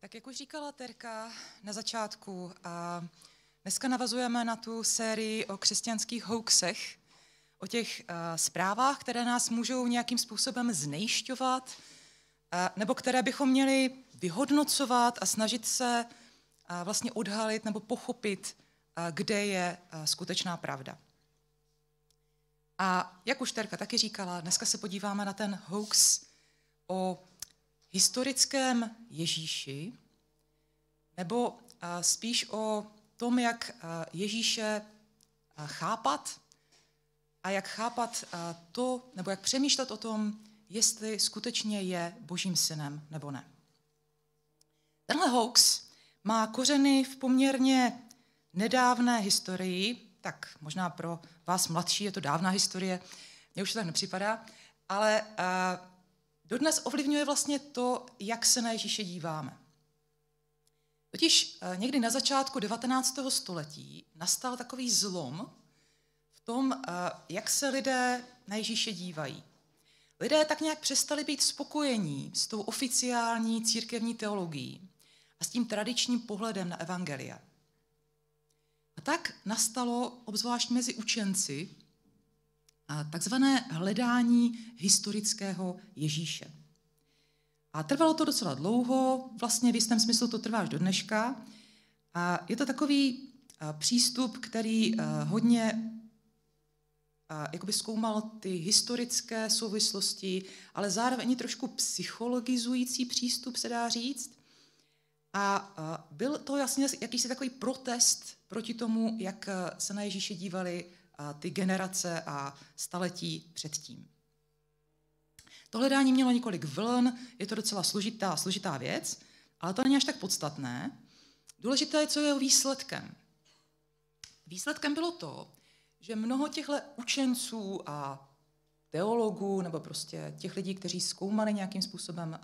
Tak jak už říkala Terka na začátku, dneska navazujeme na tu sérii o křesťanských hoaxech, o těch zprávách, které nás můžou nějakým způsobem znejisťovat, nebo které bychom měli vyhodnocovat a snažit se vlastně odhalit nebo pochopit, kde je skutečná pravda. A jak už Terka taky říkala, dneska se podíváme na ten hoax o historickém Ježíši, nebo spíš o tom, jak Ježíše chápat a jak chápat to, nebo jak přemýšlet o tom, jestli skutečně je Božím synem nebo ne. Tenhle hoax má kořeny v poměrně nedávné historii, tak možná pro vás mladší je to dávná historie, mně už to tak nepřipadá, ale dodnes ovlivňuje vlastně to, jak se na Ježíše díváme. Totiž někdy na začátku 19. století nastal takový zlom v tom, jak se lidé na Ježíše dívají. Lidé tak nějak přestali být spokojení s tou oficiální církevní teologií a s tím tradičním pohledem na evangelia. A tak nastalo, obzvlášť mezi učenci, takzvané hledání historického Ježíše. A trvalo to docela dlouho, vlastně v jistém smyslu to trvá až do dneška. A je to takový přístup, který hodně jakoby zkoumal ty historické souvislosti, ale zároveň i trošku psychologizující přístup, se dá říct. A byl to jasně jakýsi takový protest proti tomu, jak se na Ježíše dívali ty generace a staletí předtím. To hledání mělo několik vln, je to docela složitá věc, ale to není až tak podstatné. Důležité je, co je výsledkem. Výsledkem bylo to, že mnoho těchto učenců a teologů, nebo prostě těch lidí, kteří zkoumali nějakým způsobem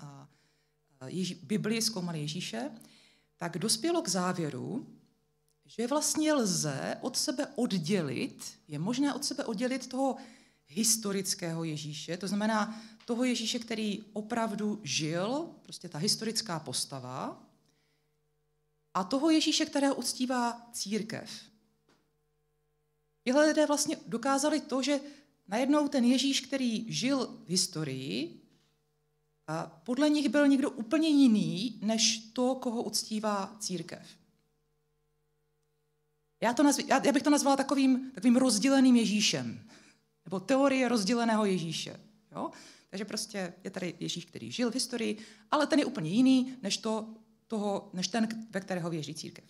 Biblii, zkoumali Ježíše, tak dospělo k závěru, že vlastně lze od sebe oddělit, je možné od sebe oddělit toho historického Ježíše, to znamená toho Ježíše, který opravdu žil, prostě ta historická postava, a toho Ježíše, kterého uctívá církev. Tihle lidé vlastně dokázali to, že najednou ten Ježíš, který žil v historii, a podle nich byl někdo úplně jiný, než to, koho uctívá církev. Já bych to nazvala takovým rozděleným Ježíšem, nebo teorie rozděleného Ježíše. Jo? Takže prostě je tady Ježíš, který žil v historii, ale ten je úplně jiný, než ten, ve kterého věří církev.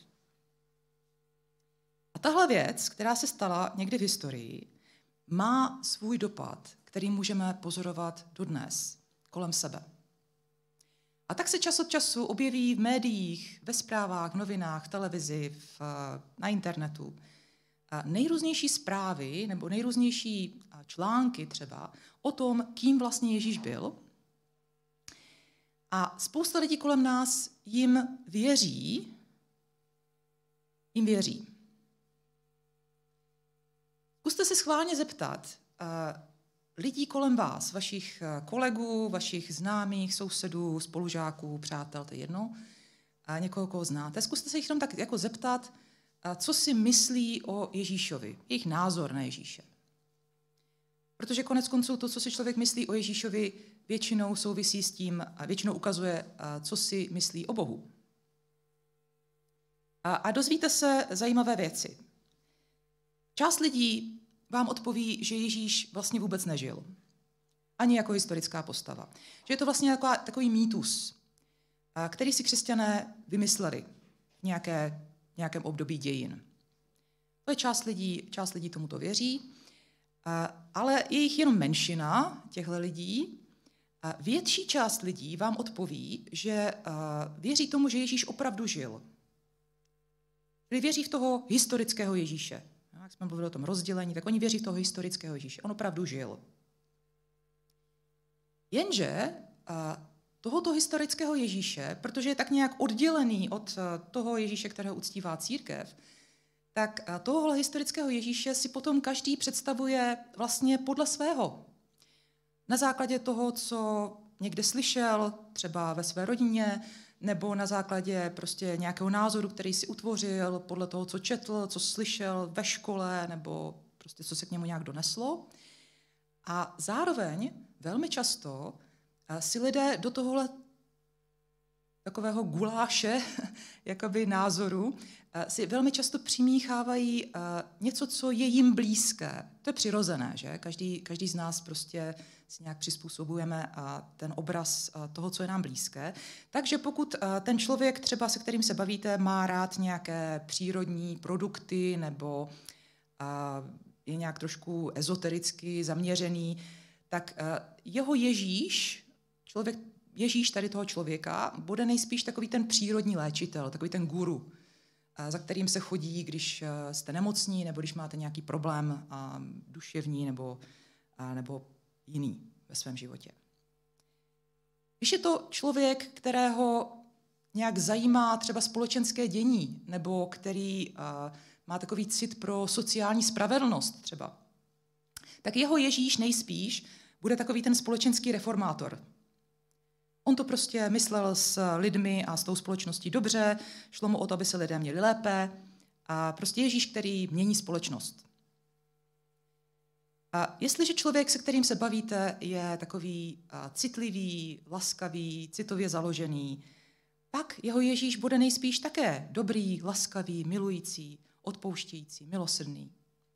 A tahle věc, která se stala někdy v historii, má svůj dopad, který můžeme pozorovat dodnes kolem sebe. A tak se čas od času objeví v médiích, ve zprávách, v novinách, v televizi, na internetu nejrůznější zprávy nebo nejrůznější články třeba o tom, kým vlastně Ježíš byl. A spousta lidí kolem nás jim věří. Zkuste se schválně zeptat lidí kolem vás, vašich kolegů, vašich známých, sousedů, spolužáků, přátel, to je jedno, a někoho, koho znáte. Zkuste se jich tam tak jako zeptat, co si myslí o Ježíšovi, jejich názor na Ježíše. Protože konec konců to, co si člověk myslí o Ježíšovi, většinou souvisí s tím a většinou ukazuje, co si myslí o Bohu. A dozvíte se zajímavé věci. Část lidí vám odpoví, že Ježíš vlastně vůbec nežil. Ani jako historická postava. Že je to vlastně takový mýtus, který si křesťané vymysleli v nějakém období dějin. To je část lidí tomuto věří, ale je jich jenom menšina těchto lidí. Větší část lidí vám odpoví, že věří tomu, že Ježíš opravdu žil. Čili věří v toho historického Ježíše. Jak jsme mluvili o tom rozdělení, tak oni věří v toho historického Ježíše. On opravdu žil. Jenže tohoto historického Ježíše, protože je tak nějak oddělený od toho Ježíše, kterého uctívá církev, tak tohohle historického Ježíše si potom každý představuje vlastně podle svého. Na základě toho, co někde slyšel, třeba ve své rodině, nebo na základě prostě nějakého názoru, který si utvořil podle toho, co četl, co slyšel ve škole, nebo prostě co se k němu nějak doneslo. A zároveň velmi často si lidé do tohohle takového guláše jakoby názoru si velmi často přimíchávají něco, co je jim blízké. To je přirozené, že? Každý z nás prostě si nějak přizpůsobujeme ten obraz toho, co je nám blízké. Takže pokud ten člověk třeba, se kterým se bavíte, má rád nějaké přírodní produkty nebo je nějak trošku ezotericky zaměřený, tak jeho Ježíš tady toho člověka bude nejspíš takový ten přírodní léčitel, takový ten guru, za kterým se chodí, když jste nemocní nebo když máte nějaký problém duševní nebo jiný ve svém životě. Když je to člověk, kterého nějak zajímá třeba společenské dění nebo který má takový cit pro sociální spravedlnost třeba, tak jeho Ježíš nejspíš bude takový ten společenský reformátor. On to prostě myslel s lidmi a s tou společností dobře, šlo mu o to, aby se lidé měli lépe. A prostě Ježíš, který mění společnost. A jestliže člověk, se kterým se bavíte, je takový citlivý, laskavý, citově založený, pak jeho Ježíš bude nejspíš také dobrý, laskavý, milující, odpouštějící, milosrdný.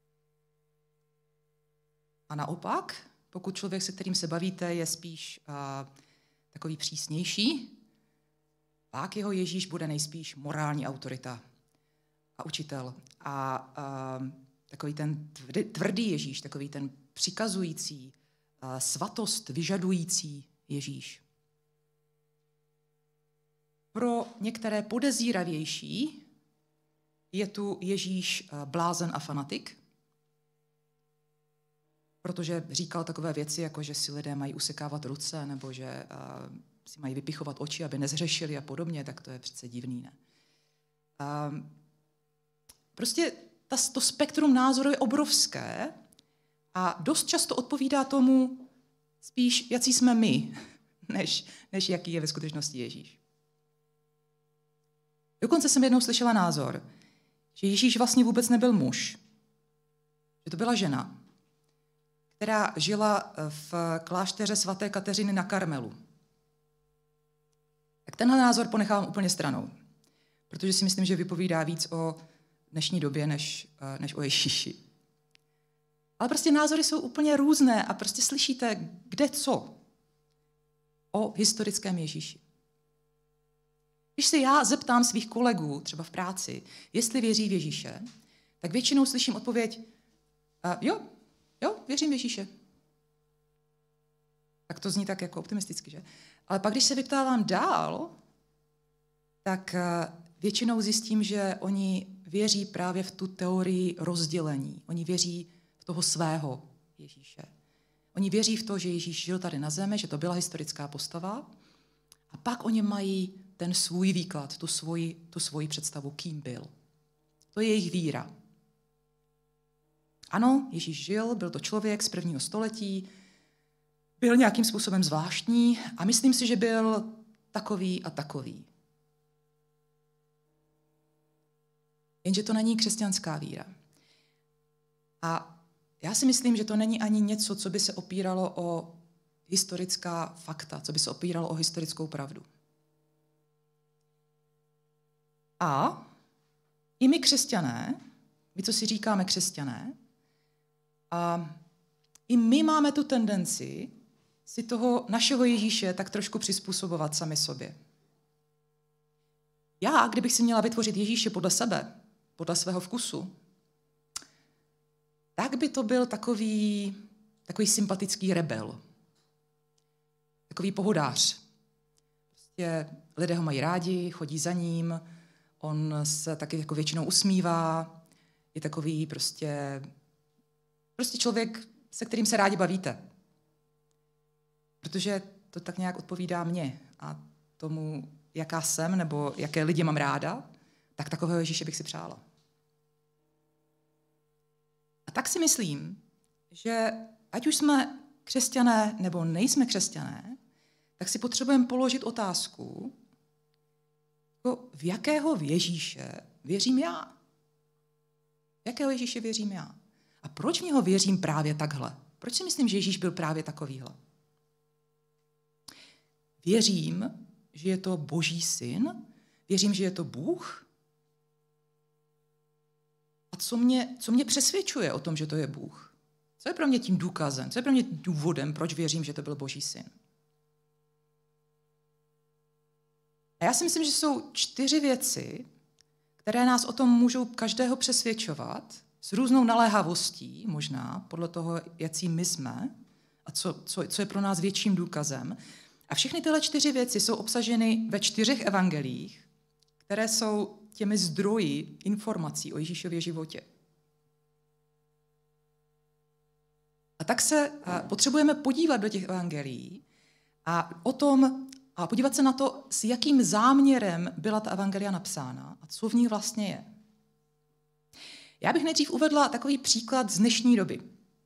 A naopak, pokud člověk, se kterým se bavíte, je spíš takový přísnější, pak jeho Ježíš bude nejspíš morální autorita a učitel. A takový ten tvrdý Ježíš, takový ten přikazující, svatost vyžadující Ježíš. Pro některé podezíravější je tu Ježíš blázen a fanatik, protože říkal takové věci, jako že si lidé mají usekávat ruce, nebo že si mají vypichovat oči, aby nezhřešili a podobně, tak to je přece divný, ne? Prostě to spektrum názoru je obrovské a dost často odpovídá tomu spíš, jací jsme my, než jaký je ve skutečnosti Ježíš. Dokonce jsem jednou slyšela názor, že Ježíš vlastně vůbec nebyl muž, že to byla žena, která žila v klášteře svaté Kateřiny na Karmelu. Tak tenhle názor ponechávám úplně stranou, protože si myslím, že vypovídá víc o dnešní době, než o Ježíši. Ale prostě názory jsou úplně různé a prostě slyšíte kde co o historickém Ježíši. Když se já zeptám svých kolegů, třeba v práci, jestli věří v Ježíše, tak většinou slyším odpověď, jo, věřím v Ježíše. Tak to zní tak jako optimisticky, že? Ale pak, když se vyptávám dál, tak většinou zjistím, že oni věří právě v tu teorii rozdělení. Oni věří v toho svého Ježíše. Oni věří v to, že Ježíš žil tady na zemi, že to byla historická postava a pak oni mají ten svůj výklad, tu svoji představu, kým byl. To je jejich víra. Ano, Ježíš žil, byl to člověk z 1. století, byl nějakým způsobem zvláštní a myslím si, že byl takový a takový. Jenže to není křesťanská víra. A já si myslím, že to není ani něco, co by se opíralo o historická fakta, co by se opíralo o historickou pravdu. A i my křesťané, my, co si říkáme křesťané, a i my máme tu tendenci si toho našeho Ježíše tak trošku přizpůsobovat sami sobě. Já, kdybych si měla vytvořit Ježíše podle sebe, podle svého vkusu, tak by to byl takový sympatický rebel. Takový pohodář. Prostě lidé ho mají rádi, chodí za ním, on se taky jako většinou usmívá, je takový prostě člověk, se kterým se rádi bavíte. Protože to tak nějak odpovídá mně a tomu, jaká jsem nebo jaké lidi mám ráda, tak takového Ježíše bych si přála. A tak si myslím, že ať už jsme křesťané nebo nejsme křesťané, tak si potřebujeme položit otázku, v jakého Ježíše věřím já? V jakého Ježíše věřím já? A proč v něho věřím právě takhle? Proč si myslím, že Ježíš byl právě takovýhle? Věřím, že je to Boží syn, věřím, že je to Bůh. A co mě přesvědčuje o tom, že to je Bůh? Co je pro mě tím důkazem? Co je pro mě důvodem, proč věřím, že to byl Boží syn? A já si myslím, že jsou 4 věci, které nás o tom můžou každého přesvědčovat s různou naléhavostí, možná podle toho, jaký my jsme a co je pro nás větším důkazem. A všechny tyhle 4 věci jsou obsaženy ve 4 evangelích, které jsou těmi zdroji informací o Ježíšově životě. A tak se potřebujeme podívat do těch evangelií a podívat se na to, s jakým záměrem byla ta evangelia napsána a co v ní vlastně je. Já bych nejdřív uvedla takový příklad z dnešní doby.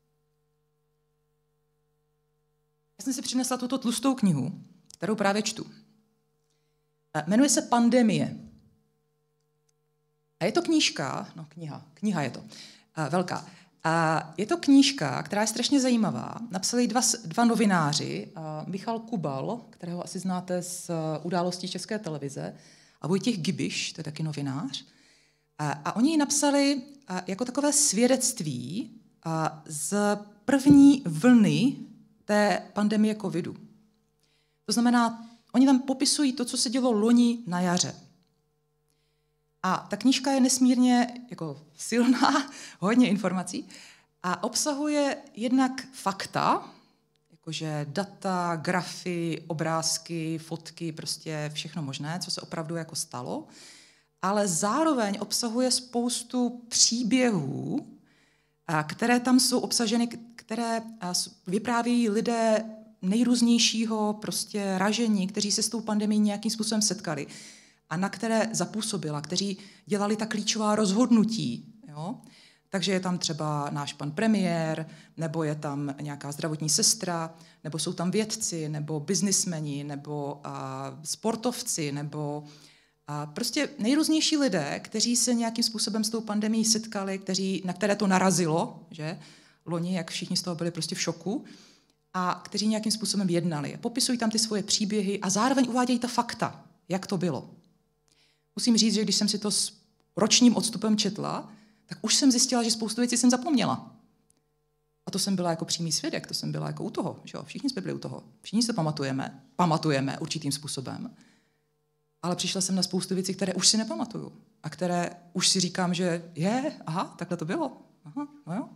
Já jsem si přinesla tuto tlustou knihu, kterou právě čtu. Jmenuje se Pandemie. A je to kniha je to, velká. A je to knížka, která je strašně zajímavá. Napsali dva novináři, Michal Kubal, kterého asi znáte z Událostí České televize, a Vojtěch Gibiš, to je taky novinář. A oni ji napsali jako takové svědectví z první vlny té pandemie covidu. To znamená, oni tam popisují to, co se dělo loni na jaře. A ta knížka je nesmírně jako silná, hodně informací a obsahuje jednak fakta, jakože data, grafy, obrázky, fotky, prostě všechno možné, co se opravdu jako stalo, ale zároveň obsahuje spoustu příběhů, které tam jsou obsaženy, které vyprávějí lidé nejrůznějšího prostě ražení, kteří se s tou pandemií nějakým způsobem setkali a na které zapůsobila, kteří dělali ta klíčová rozhodnutí. Jo? Takže je tam třeba náš pan premiér, nebo je tam nějaká zdravotní sestra, nebo jsou tam vědci, nebo biznismeni, nebo sportovci, nebo prostě nejrůznější lidé, kteří se nějakým způsobem s tou pandemií setkali, na které to narazilo, že loni, jak všichni z toho byli prostě v šoku, a kteří nějakým způsobem jednali. Popisují tam ty svoje příběhy a zároveň uvádějí ta fakta, jak to bylo. Musím říct, že když jsem si to s ročním odstupem četla, tak už jsem zjistila, že spoustu věcí jsem zapomněla. A to jsem byla jako přímý svědek, to jsem byla jako u toho. Že jo? Všichni jsme byli u toho. Všichni se pamatujeme určitým způsobem. Ale přišla jsem na spoustu věcí, které už si nepamatuju. A které už si říkám, že takhle to bylo. Aha, no jo.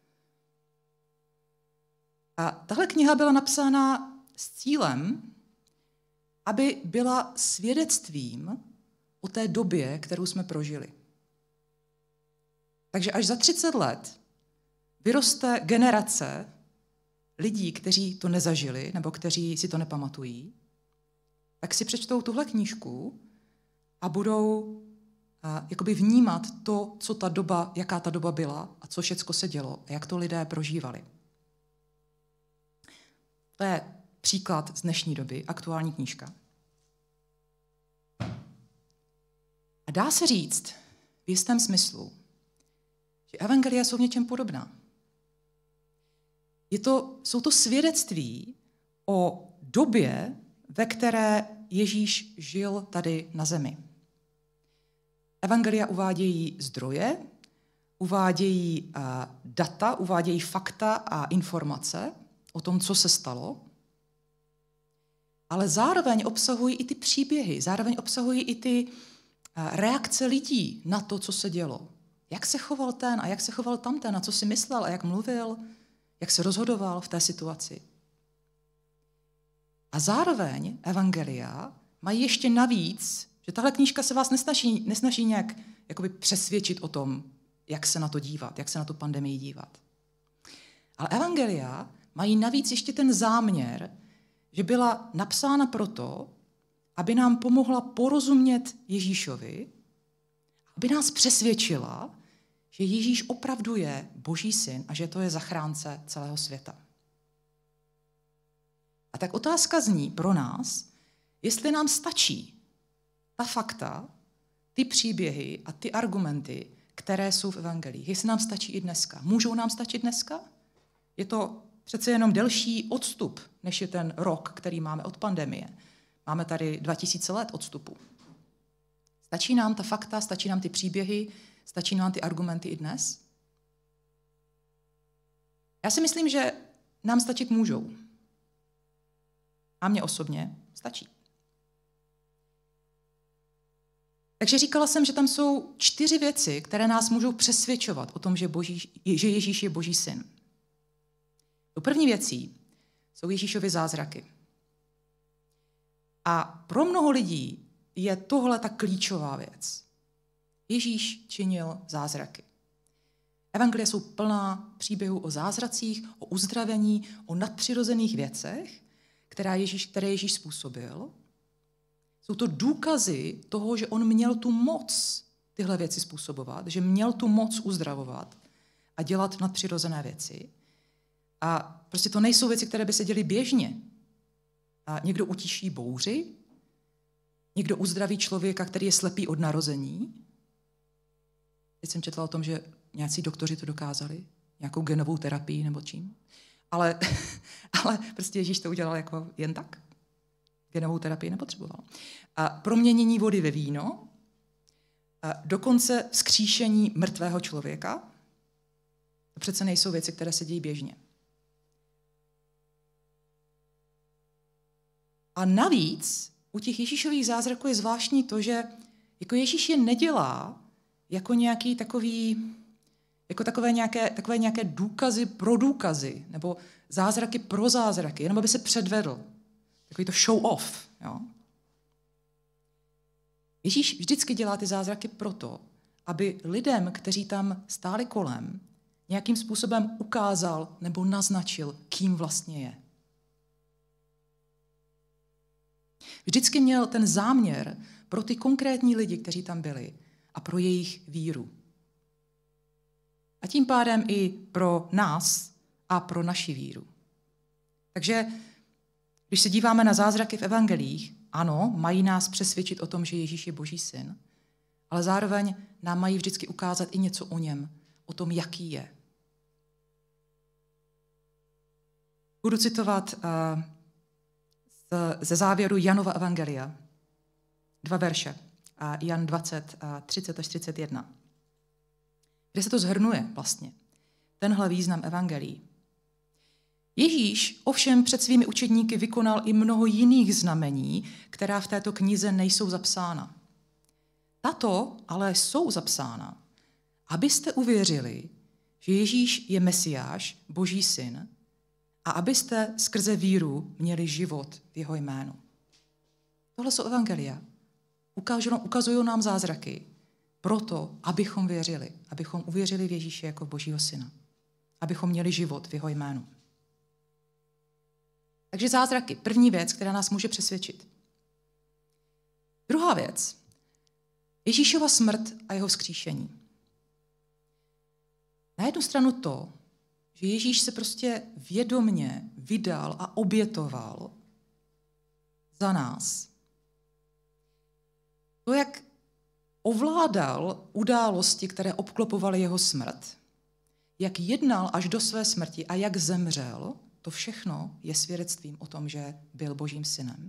A tahle kniha byla napsána s cílem, aby byla svědectvím o té době, kterou jsme prožili. Takže až za 30 let vyroste generace lidí, kteří to nezažili nebo kteří si to nepamatují, tak si přečtou tuhle knížku a budou jakoby vnímat to, jaká ta doba byla a co všecko se dělo a jak to lidé prožívali. To je příklad z dnešní doby, aktuální knížka. A dá se říct v jistém smyslu, že evangelia jsou v něčem podobná. Jsou to svědectví o době, ve které Ježíš žil tady na zemi. Evangelia uvádějí zdroje, uvádějí data, uvádějí fakta a informace o tom, co se stalo, ale zároveň obsahují i ty příběhy, zároveň obsahují i ty reakce lidí na to, co se dělo. Jak se choval ten a jak se choval tamten, na co si myslel a jak mluvil, jak se rozhodoval v té situaci. A zároveň evangelia mají ještě navíc, že tahle knížka se vás nesnaží nějak jakoby přesvědčit o tom, jak se na to dívat, jak se na tu pandemii dívat. Ale evangelia mají navíc ještě ten záměr, že byla napsána proto, aby nám pomohla porozumět Ježíšovi, aby nás přesvědčila, že Ježíš opravdu je Boží syn a že to je zachránce celého světa. A tak otázka zní pro nás, jestli nám stačí ta fakta, ty příběhy a ty argumenty, které jsou v evangelích. Jestli nám stačí i dneska. Můžou nám stačit dneska? Je to přece jenom delší odstup, než je ten rok, který máme od pandemie. Máme tady 2000 let odstupu. Stačí nám ta fakta, stačí nám ty příběhy, stačí nám ty argumenty i dnes? Já si myslím, že nám stačit můžou. A mně osobně stačí. Takže říkala jsem, že tam jsou 4 věci, které nás můžou přesvědčovat o tom, že Ježíš je Boží syn. To první věcí jsou Ježíšovy zázraky. A pro mnoho lidí je tohle ta klíčová věc. Ježíš činil zázraky. Evangelia jsou plná příběhů o zázracích, o uzdravení, o nadpřirozených věcech, které Ježíš způsobil. Jsou to důkazy toho, že on měl tu moc tyhle věci způsobovat, že měl tu moc uzdravovat a dělat nadpřirozené věci. A prostě to nejsou věci, které by se děly běžně. A někdo utiší bouři, někdo uzdraví člověka, který je slepý od narození. Teď jsem četla o tom, že nějací doktoři to dokázali, nějakou genovou terapii nebo čím. Ale prostě Ježíš to udělal jako jen tak. Genovou terapii nepotřeboval. A proměnění vody ve víno, a dokonce vzkříšení mrtvého člověka. To přece nejsou věci, které se dějí běžně. A navíc u těch Ježíšových zázraků je zvláštní to, že jako Ježíš je nedělá jako nějaký takový, jako takové nějaké důkazy pro důkazy, nebo zázraky pro zázraky, jenom aby se předvedl. Takový to show off. Jo? Ježíš vždycky dělá ty zázraky proto, aby lidem, kteří tam stáli kolem, nějakým způsobem ukázal nebo naznačil, kým vlastně je. Vždycky měl ten záměr pro ty konkrétní lidi, kteří tam byli, a pro jejich víru. A tím pádem i pro nás a pro naši víru. Takže když se díváme na zázraky v evangelích, ano, mají nás přesvědčit o tom, že Ježíš je Boží syn, ale zároveň nám mají vždycky ukázat i něco o něm, o tom, jaký je. Budu citovat ze závěru Janova evangelia 2 verše, Jan 20, 30 až 31, kde se to shrnuje vlastně, tenhle význam evangelií. Ježíš ovšem před svými učedníky vykonal i mnoho jiných znamení, která v této knize nejsou zapsána. Tato ale jsou zapsána, abyste uvěřili, že Ježíš je Mesiáš, Boží syn, a abyste skrze víru měli život v jeho jménu. Tohle jsou evangelia. Ukazují nám zázraky proto, abychom věřili, abychom uvěřili v Ježíše jako Božího syna, abychom měli život v jeho jménu. Takže zázraky, první věc, která nás může přesvědčit. Druhá věc, Ježíšova smrt a jeho vzkříšení. Na jednu stranu to, že Ježíš se prostě vědomně vydal a obětoval za nás. To, jak ovládal události, které obklopovaly jeho smrt, jak jednal až do své smrti a jak zemřel, to všechno je svědectvím o tom, že byl Božím synem.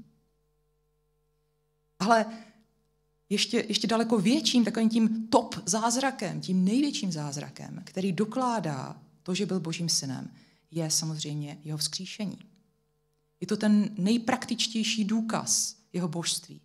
Ale ještě daleko větším, takovým tím top zázrakem, tím největším zázrakem, který dokládá to, že byl Božím synem, je samozřejmě jeho vzkříšení. Je to ten nejpraktičtější důkaz jeho božství.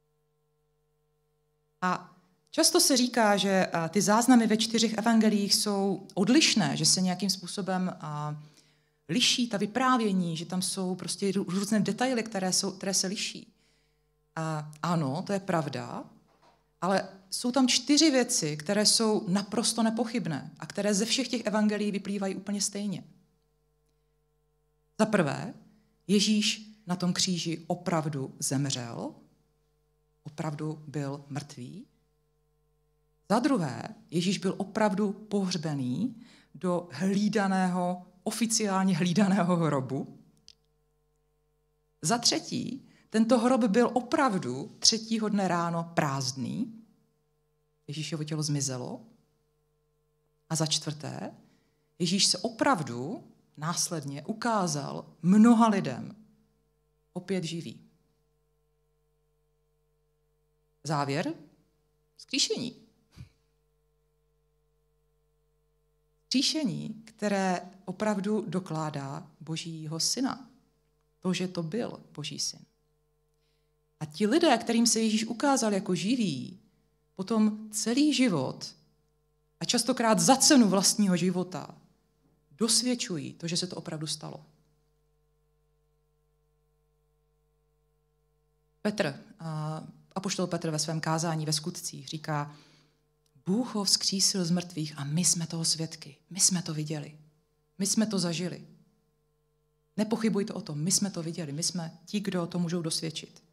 A často se říká, že ty záznamy ve 4 evangeliích jsou odlišné, že se nějakým způsobem liší ta vyprávění, že tam jsou prostě různé detaily, které se liší. Ano, to je pravda, ale jsou tam 4 věci, které jsou naprosto nepochybné a které ze všech těch evangelií vyplývají úplně stejně. Za prvé, Ježíš na tom kříži opravdu zemřel, opravdu byl mrtvý. Za druhé, Ježíš byl opravdu pohřbený do oficiálně hlídaného hrobu. Za třetí, tento hrob byl opravdu 3. dne ráno prázdný, Ježíšovo tělo zmizelo. A za 4. Ježíš se opravdu následně ukázal mnoha lidem opět živý. Závěr? Vzkříšení. Vzkříšení, které opravdu dokládá Božího syna. To, že to byl Boží syn. A ti lidé, kterým se Ježíš ukázal jako živý, potom celý život a častokrát za cenu vlastního života dosvědčují to, že se to opravdu stalo. Apoštol Petr ve svém kázání ve Skutcích říká, Bůh ho vzkřísil z mrtvých a my jsme toho svědky. My jsme to viděli. My jsme to zažili. Nepochybujte o tom, my jsme to viděli. My jsme ti, kdo to můžou dosvědčit.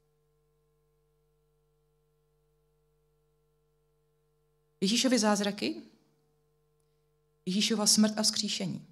Ježíšovy zázraky, Ježíšova smrt a vzkříšení.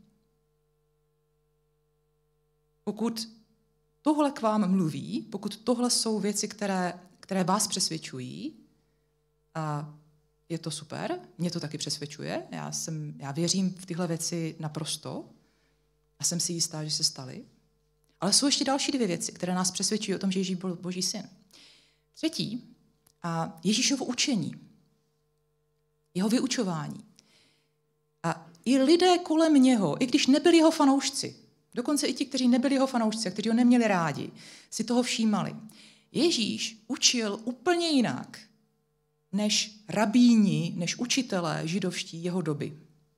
Pokud tohle k vám mluví, pokud tohle jsou věci, které vás přesvědčují, a je to super, mě to taky přesvědčuje, já věřím v tyhle věci naprosto a jsem si jistá, že se staly. Ale jsou ještě další 2 věci, které nás přesvědčují o tom, že Ježíš byl Boží syn. 3. Ježíšovo učení, jeho vyučování. A i lidé kolem něho, i když nebyli jeho fanoušci, dokonce i ti, kteří nebyli jeho fanoušci a kteří ho neměli rádi, si toho všímali. Ježíš učil úplně jinak, než rabíni, než učitelé židovští jeho doby.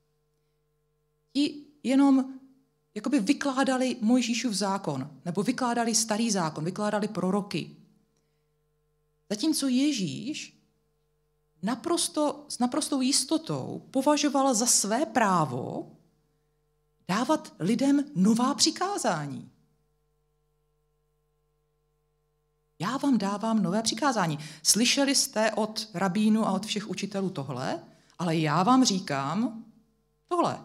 Ti jenom jakoby vykládali Mojžíšův zákon, nebo vykládali starý zákon, vykládali proroky. Zatímco Ježíš s naprostou jistotou považoval za své právo dávat lidem nová přikázání. Já vám dávám nové přikázání. Slyšeli jste od rabínu a od všech učitelů tohle, ale já vám říkám tohle.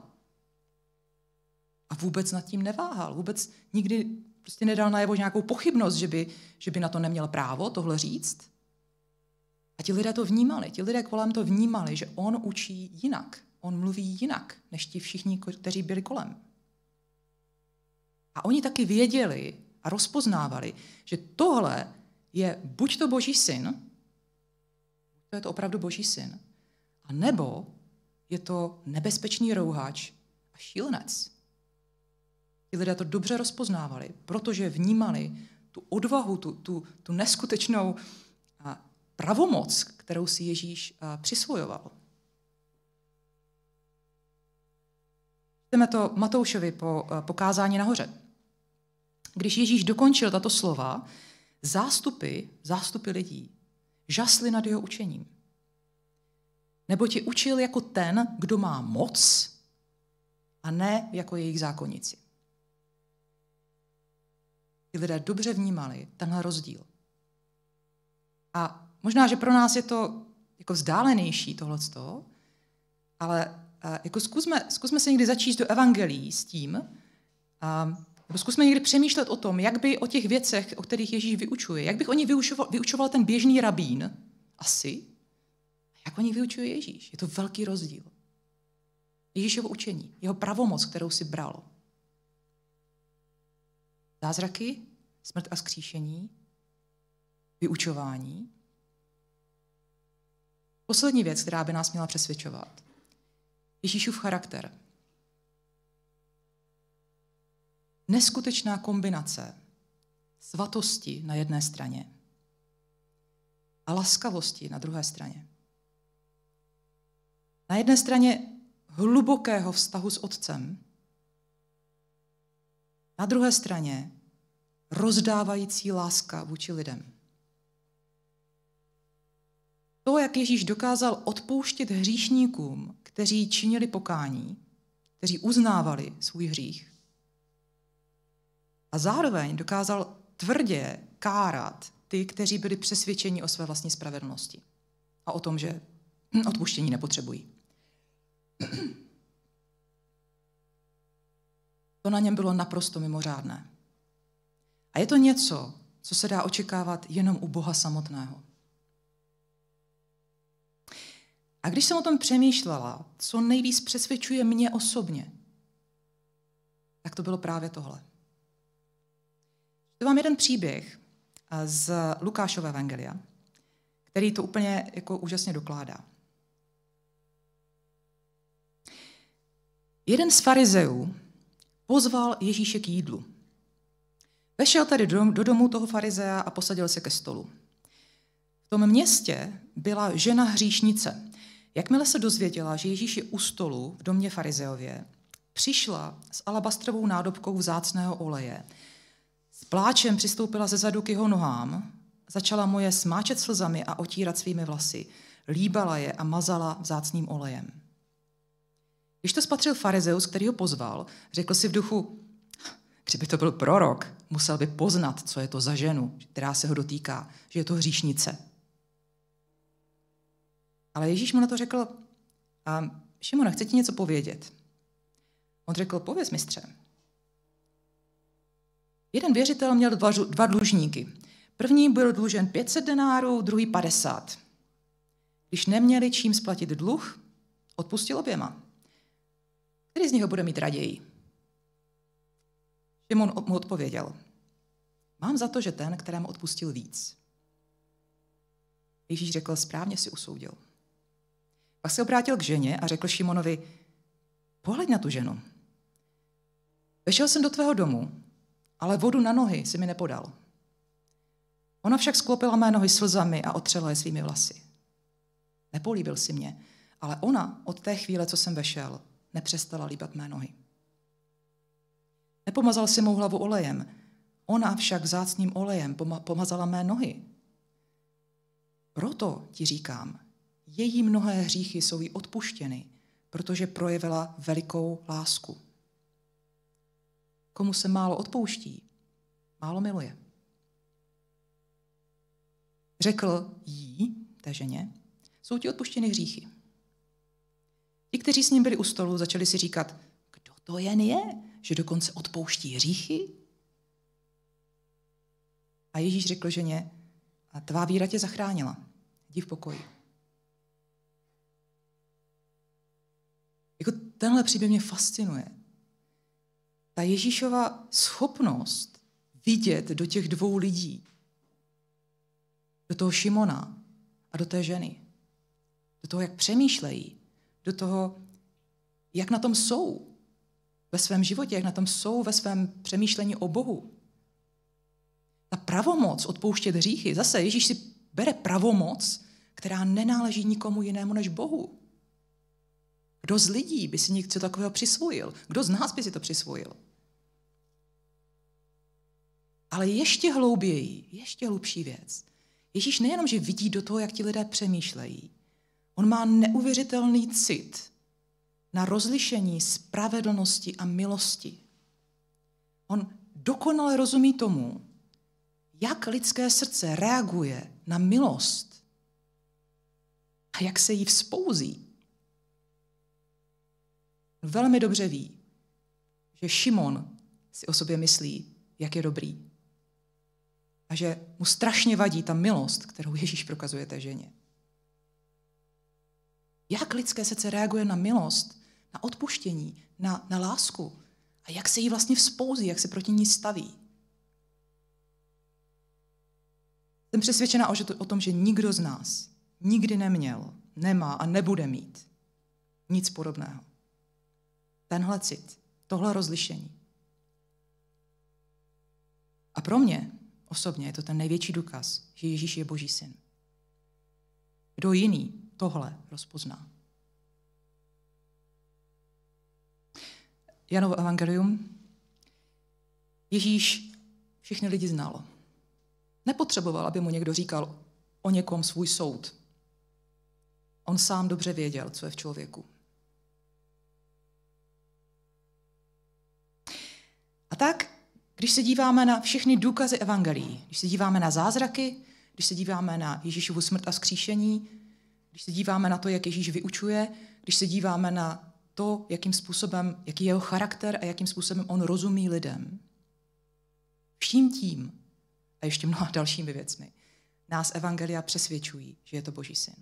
A vůbec nad tím neváhal. Vůbec nikdy prostě nedal najevo nějakou pochybnost, že by na to neměl právo tohle říct. A ti lidé to vnímali. Ti lidé kolem to vnímali, že on učí jinak. On mluví jinak, než ti všichni, kteří byli kolem. A oni taky věděli a rozpoznávali, že tohle je buď to Boží syn, to je to opravdu Boží syn, a nebo je to nebezpečný rouhač a šílenec. Ti lidé to dobře rozpoznávali, protože vnímali tu odvahu, tu neskutečnou pravomoc, kterou si Ježíš přisvojoval. Čteme to Matoušovi po kázání nahoře. Když Ježíš dokončil tato slova, zástupy lidí žasli nad jeho učením. Neboť je učil jako ten, kdo má moc, a ne jako jejich zákonníci. Ti lidé dobře vnímali tenhle rozdíl. A možná, že pro nás je to jako vzdálenější tohleto, ale jako zkusme se někdy začít do evangelií s tím, nebo zkusme někdy přemýšlet o tom, jak by o těch věcech, o kterých Ježíš vyučuje, jak bych o nich vyučoval ten běžný rabín, asi, jak o nich vyučuje Ježíš. Je to velký rozdíl. Ježíšovo učení, jeho pravomoc, kterou si bral. Zázraky, smrt a vzkříšení, vyučování. Poslední věc, která by nás měla přesvědčovat. Ježíšův charakter. Neskutečná kombinace svatosti na jedné straně a laskavosti na druhé straně. Na jedné straně hlubokého vztahu s Otcem, na druhé straně rozdávající láska vůči lidem. To, jak Ježíš dokázal odpouštět hříšníkům, kteří činili pokání, kteří uznávali svůj hřích, a zároveň dokázal tvrdě kárat ty, kteří byli přesvědčeni o své vlastní spravedlnosti a o tom, že odpuštění nepotřebují. To na něm bylo naprosto mimořádné. A je to něco, co se dá očekávat jenom u Boha samotného. A když jsem o tom přemýšlela, co nejvíc přesvědčuje mě osobně, tak to bylo právě tohle. To vám jeden příběh z Lukášova evangelia, který to úplně jako úžasně dokládá. Jeden z farizeů pozval Ježíše k jídlu. Vešel tedy do domu toho farizea a posadil se ke stolu. V tom městě byla žena hříšnice. Jakmile se dozvěděla, že Ježíš je u stolu v domě farizeově, přišla s alabastrovou nádobkou vzácného oleje. S pláčem přistoupila ze zadu k jeho nohám, začala mu je smáčet slzami a otírat svými vlasy. Líbala je a mazala vzácným olejem. Když to spatřil farizeus, který ho pozval, řekl si v duchu, kdyby to byl prorok, musel by poznat, co je to za ženu, která se ho dotýká, že je to hříšnice. Ale Ježíš mu na to řekl, Šimone, chci ti něco povědět. On řekl, pověz, mistře. Jeden věřitel měl dva dlužníky. První byl dlužen 500 denárů, druhý 50. Když neměli čím splatit dluh, odpustil oběma. Který z nich ho bude mít raději? Šimon mu odpověděl, mám za to, že ten, kterému odpustil víc. Ježíš řekl, správně si usoudil. Pak se obrátil k ženě a řekl Šimonovi, pohleď na tu ženu. Vešel jsem do tvého domu, ale vodu na nohy si mi nepodal. Ona však sklopila mé nohy slzami a otřela je svými vlasy. Nepolíbil si mě, ale ona od té chvíle, co jsem vešel, nepřestala líbat mé nohy. Nepomazal si mou hlavu olejem, ona však vzácným olejem pomazala mé nohy. Proto ti říkám, její mnohé hříchy jsou jí odpuštěny, protože projevila velikou lásku. Komu se málo odpouští, málo miluje. Řekl jí, té ženě, jsou ti odpuštěny hříchy. Ti, kteří s ním byli u stolu, začali si říkat, kdo to jen je, že dokonce odpouští hříchy? A Ježíš řekl ženě, a tvá víra tě zachránila, jdi v pokoji. Jako tenhle příběh mě fascinuje. Ta Ježíšova schopnost vidět do těch dvou lidí, do toho Šimona a do té ženy, do toho, jak přemýšlejí, do toho, jak na tom jsou ve svém životě, jak na tom jsou ve svém přemýšlení o Bohu. Ta pravomoc odpouštět hříchy, zase Ježíš si bere pravomoc, která nenáleží nikomu jinému než Bohu. Kdo z lidí by si něco takového přisvojil? Kdo z nás by si to přisvojil? Ale ještě hlouběji, ještě hlubší věc. Ježíš nejenom, že vidí do toho, jak ti lidé přemýšlejí, on má neuvěřitelný cit na rozlišení spravedlnosti a milosti. On dokonale rozumí tomu, jak lidské srdce reaguje na milost a jak se jí vzpouzí. Velmi dobře ví, že Šimon si o sobě myslí, jak je dobrý. A že mu strašně vadí ta milost, kterou Ježíš prokazuje té ženě. Jak lidské srdce reaguje na milost, na odpuštění, na lásku a jak se jí vlastně vzpouzí, jak se proti ní staví. Jsem přesvědčená o tom, že nikdo z nás nikdy neměl, nemá a nebude mít nic podobného. Tenhle cit, tohle rozlišení. A pro mě osobně je to ten největší důkaz, že Ježíš je Boží syn. Kdo jiný tohle rozpozná? Janovo evangelium. Ježíš všechny lidi znal. Nepotřeboval, aby mu někdo říkal o někom svůj soud. On sám dobře věděl, co je v člověku. A tak, když se díváme na všechny důkazy evangelií, když se díváme na zázraky, když se díváme na Ježíšovu smrt a vzkříšení, když se díváme na to, jak Ježíš vyučuje, když se díváme na to, jakým způsobem, jaký je jeho charakter a jakým způsobem on rozumí lidem. Vším tím a ještě mnoha dalšími věcmi, nás evangelia přesvědčují, že je to Boží syn.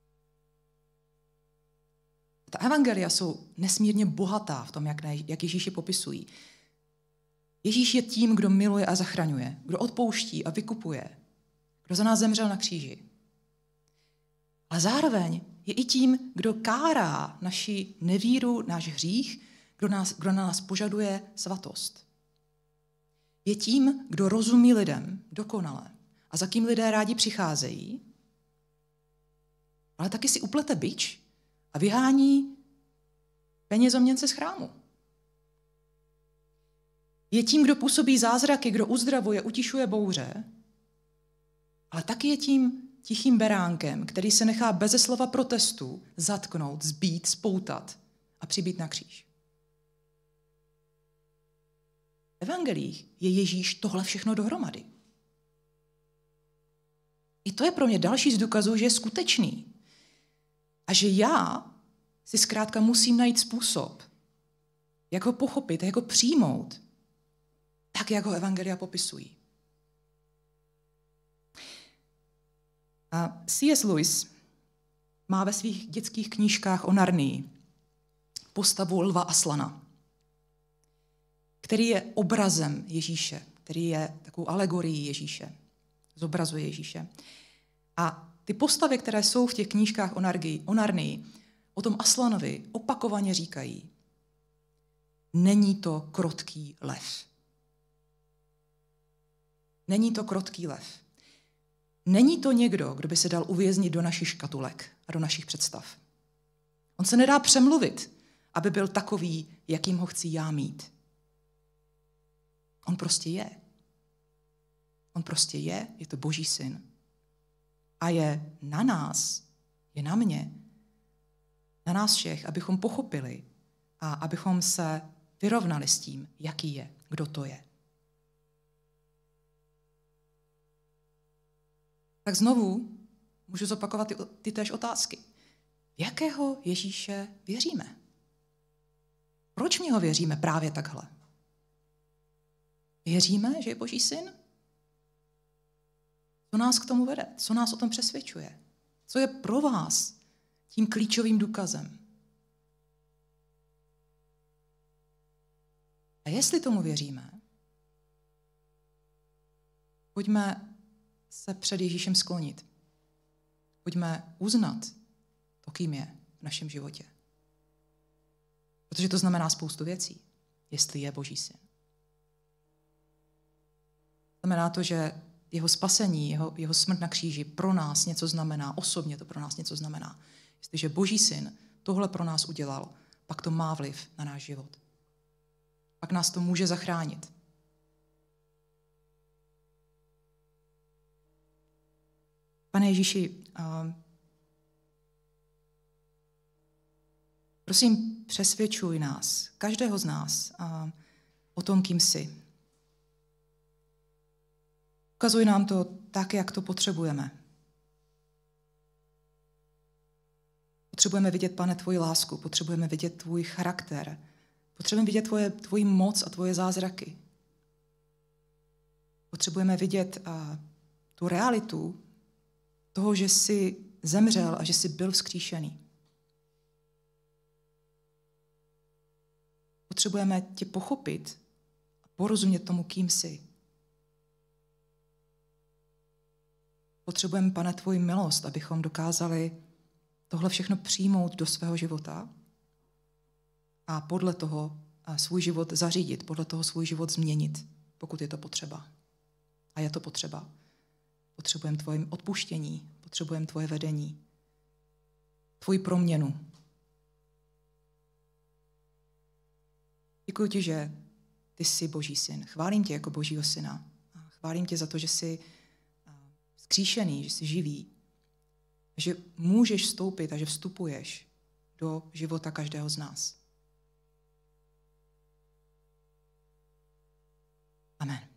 Ta evangelia jsou nesmírně bohatá v tom, jak Ježíši popisují. Ježíš je tím, kdo miluje a zachraňuje, kdo odpouští a vykupuje, kdo za nás zemřel na kříži. Ale zároveň je i tím, kdo kárá naši nevíru, náš hřích, kdo na nás požaduje svatost. Je tím, kdo rozumí lidem dokonale a za kým lidé rádi přicházejí, ale taky si uplete bič a vyhání penězoměnce z chrámu. Je tím, kdo působí zázraky, kdo uzdravuje, utišuje bouře, ale taky je tím tichým beránkem, který se nechá beze slova protestu zatknout, zbít, spoutat a přibít na kříž. V evangelích je Ježíš tohle všechno dohromady. I to je pro mě další z důkazů, že je skutečný. A že já si zkrátka musím najít způsob, jak ho pochopit, jak ho přijmout, tak, jak ho evangelia popisují. A C.S. Lewis má ve svých dětských knížkách o Narnii postavu lva Aslana, který je obrazem Ježíše, který je takovou alegorií Ježíše, zobrazuje Ježíše. A ty postavy, které jsou v těch knížkách o Narnii, o tom Aslanovi opakovaně říkají: není to krotký lev. Není to krotký lev. Není to někdo, kdo by se dal uvěznit do našich škatulek a do našich představ. On se nedá přemluvit, aby byl takový, jakým ho chci já mít. On prostě je. On prostě je to Boží syn. A je na nás, je na mě, na nás všech, abychom pochopili a abychom se vyrovnali s tím, jaký je, kdo to je. Tak znovu můžu zopakovat ty též otázky. Jakého Ježíše věříme? Proč my ho věříme právě takhle? Věříme, že je Boží syn? Co nás k tomu vede? Co nás o tom přesvědčuje? Co je pro vás tím klíčovým důkazem? A jestli tomu věříme, pojďme se před Ježíšem sklonit. Pojďme uznat to, kým je v našem životě. Protože to znamená spoustu věcí, jestli je Boží syn. Znamená to, že jeho spasení, jeho smrt na kříži pro nás něco znamená, osobně to pro nás něco znamená. Jestliže Boží syn tohle pro nás udělal, pak to má vliv na náš život. Pak nás to může zachránit. Pane Ježíši, prosím, přesvědčuj nás, každého z nás, o tom, kým jsi. Ukazuj nám to tak, jak to potřebujeme. Potřebujeme vidět, Pane, tvoji lásku, potřebujeme vidět tvůj charakter, potřebujeme vidět tvoji moc a tvoje zázraky. Potřebujeme vidět tu realitu toho, že jsi zemřel a že jsi byl vzkříšený. Potřebujeme tě pochopit a porozumět tomu, kým jsi. Potřebujeme, Pane, tvoji milost, abychom dokázali tohle všechno přijmout do svého života a podle toho svůj život zařídit, podle toho svůj život změnit, pokud je to potřeba. A je to potřeba. Potřebujeme tvoje odpuštění, potřebujeme tvoje vedení, tvoji proměnu. Děkuji ti, že ty jsi Boží syn. Chválím tě jako Božího syna. Chválím tě za to, že jsi vzkříšený, že jsi živý, že můžeš vstoupit a že vstupuješ do života každého z nás. Amen.